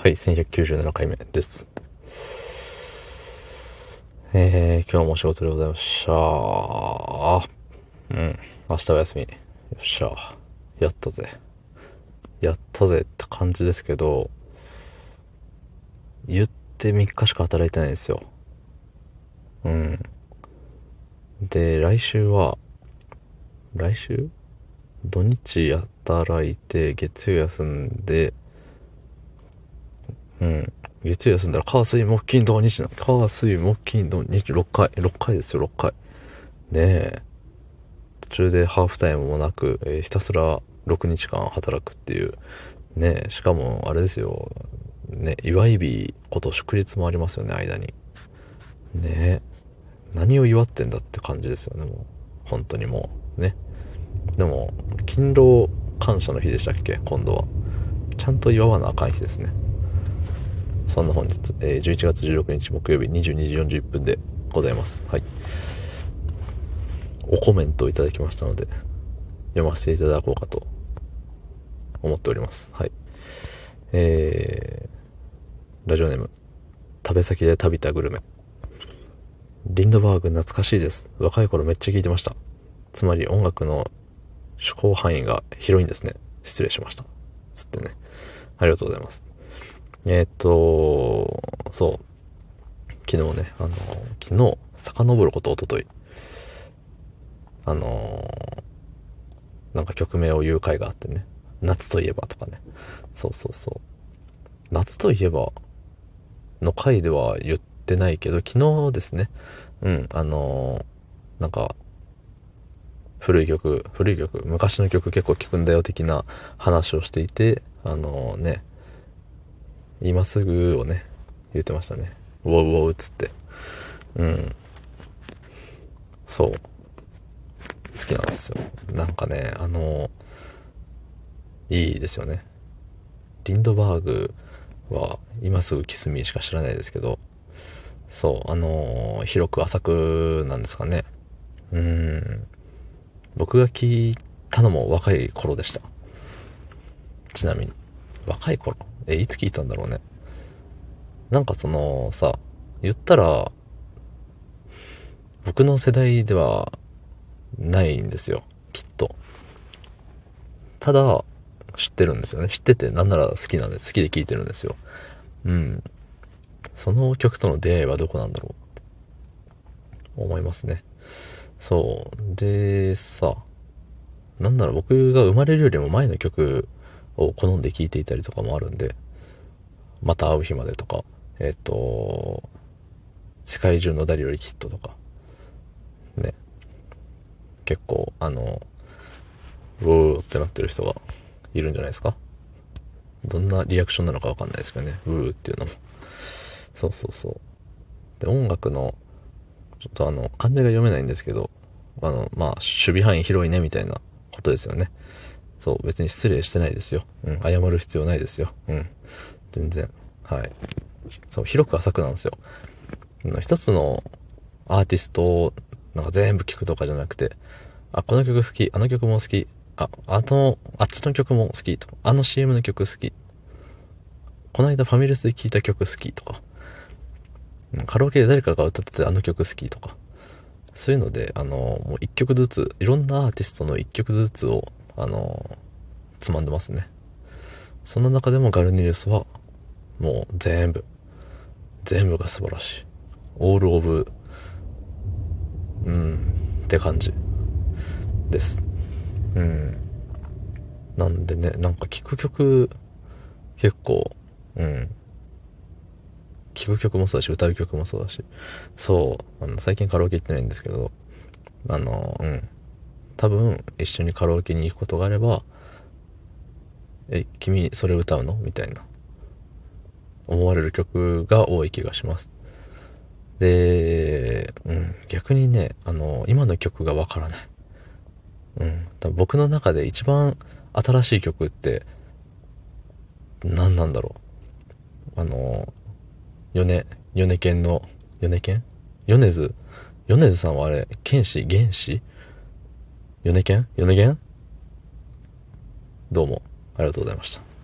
はい、1197回目です。今日も仕事でございました。明日は休み。よっしゃ。やったぜ。やったぜって感じですけど、言って3日しか働いてないんですよ。で、来週土日働いて、月曜休んで、月曜休んだら、火水木金土日な。火水木金土日6回ですよ、6回。ねえ。途中でハーフタイムもなく、ひたすら6日間働くっていう。ねえ、しかも、あれですよ。ね、祝い日こと祝日もありますよね、間に。ねえ。何を祝ってんだって感じですよね、もう。本当にもう。ね。でも、勤労感謝の日でしたっけ、今度は。ちゃんと祝わなあかん日ですね。そんな本日、11月16日木曜日22時41分でございます。はい。おコメントをいただきましたので、読ませていただこうかと思っております。はい。ラジオネーム、食べ先で食べたグルメ。リンドバーグ懐かしいです。若い頃めっちゃ聴いてました。つまり音楽の趣向範囲が広いんですね。失礼しました。つってね。ありがとうございます。そう。昨日ね、昨日、遡ること一昨日なんか曲名を言う回があってね。夏といえばとかね。そうそうそう。夏といえばの回では言ってないけど、昨日ですね。なんか、古い曲、昔の曲結構聴くんだよ的な話をしていて、今すぐをね、言ってましたね。ウォウウォウっつって。そう。好きなんですよ。なんかね、いいですよね。リンドバーグは今すぐキスミーしか知らないですけど、そう、広く浅くなんですかね。僕が聞いたのも若い頃でした。ちなみに。若い頃いつ聞いたんだろうね。なんかさ、言ったら、僕の世代ではないんですよ。きっと。ただ、知ってるんですよね。知ってて、なんなら好きなんです。好きで聴いてるんですよ。その曲との出会いはどこなんだろう思いますね。そう。で、さ、なんなら僕が生まれるよりも前の曲を好んで聴いていたりとかもあるんで、また会う日までとか、世界中の誰よりきっととか、ね、結構、うーってなってる人がいるんじゃないですか。どんなリアクションなのかわかんないですけどね、うーっていうのも。そうそうそう。で、音楽の、ちょっと漢字が読めないんですけど、まあ、守備範囲広いね、みたいなことですよね。そう、別に失礼してないですよ。謝る必要ないですよ。全然。はい。そう、広く浅くなんですよ。一つのアーティストをなんか全部聴くとかじゃなくて、あ、この曲好き、あの曲も好き、あっちの曲も好きとか、あの CM の曲好き、この間ファミレスで聴いた曲好きとか、カラオケで誰かが歌っててあの曲好きとか、そういうので、もう一曲ずつ、いろんなアーティストの一曲ずつを、つまんでますね。その中でもガルニルスは、もう全部が素晴らしい。オールオブ、って感じです。なんでね、なんか聴く曲、結構、うん、聴く曲もそうだし、歌う曲もそうだし、そう、最近カラオケ行ってないんですけど、多分、一緒にカラオケに行くことがあれば、君、それ歌うのみたいな、思われる曲が多い気がします。で、逆にね、今の曲がわからない。多分僕の中で一番新しい曲って、何なんだろう。米犬の、米犬米津米津さんはあれ、原始米犬どうも、ありがとうございました。